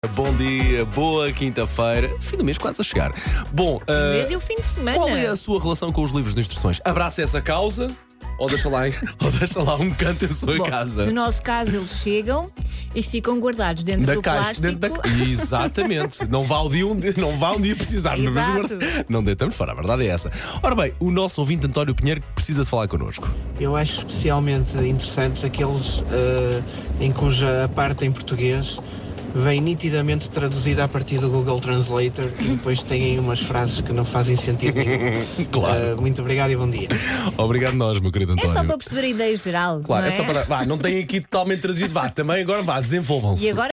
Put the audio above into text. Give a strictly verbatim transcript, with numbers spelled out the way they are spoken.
Bom dia, boa quinta-feira, fim do mês quase a chegar. Bom, O uh, mês e o fim de semana. qual é a sua relação com os livros de instruções? Abraça essa causa ou deixa lá, em- ou deixa lá um canto em sua Bom, casa? No nosso caso, eles chegam e ficam guardados dentro Da do caixa, plástico. dentro da Exatamente, não vá, um dia, um dia- não vá um dia precisar. Não, Exato. guarda- não deitamos fora, a verdade é essa. Ora bem, o nosso ouvinte António Pinheiro precisa de falar connosco. Eu acho especialmente interessantes aqueles eh, em cuja parte em português vem nitidamente traduzida a partir do Google Translator e depois têm umas frases que não fazem sentido nenhum. Claro. Eh, muito obrigado e bom dia. Obrigado nós, meu querido É António. só para perceber a ideia geral. Claro, não é só para. Vá, não tem aqui totalmente traduzido, vá, também agora vá, desenvolvam-se. E agora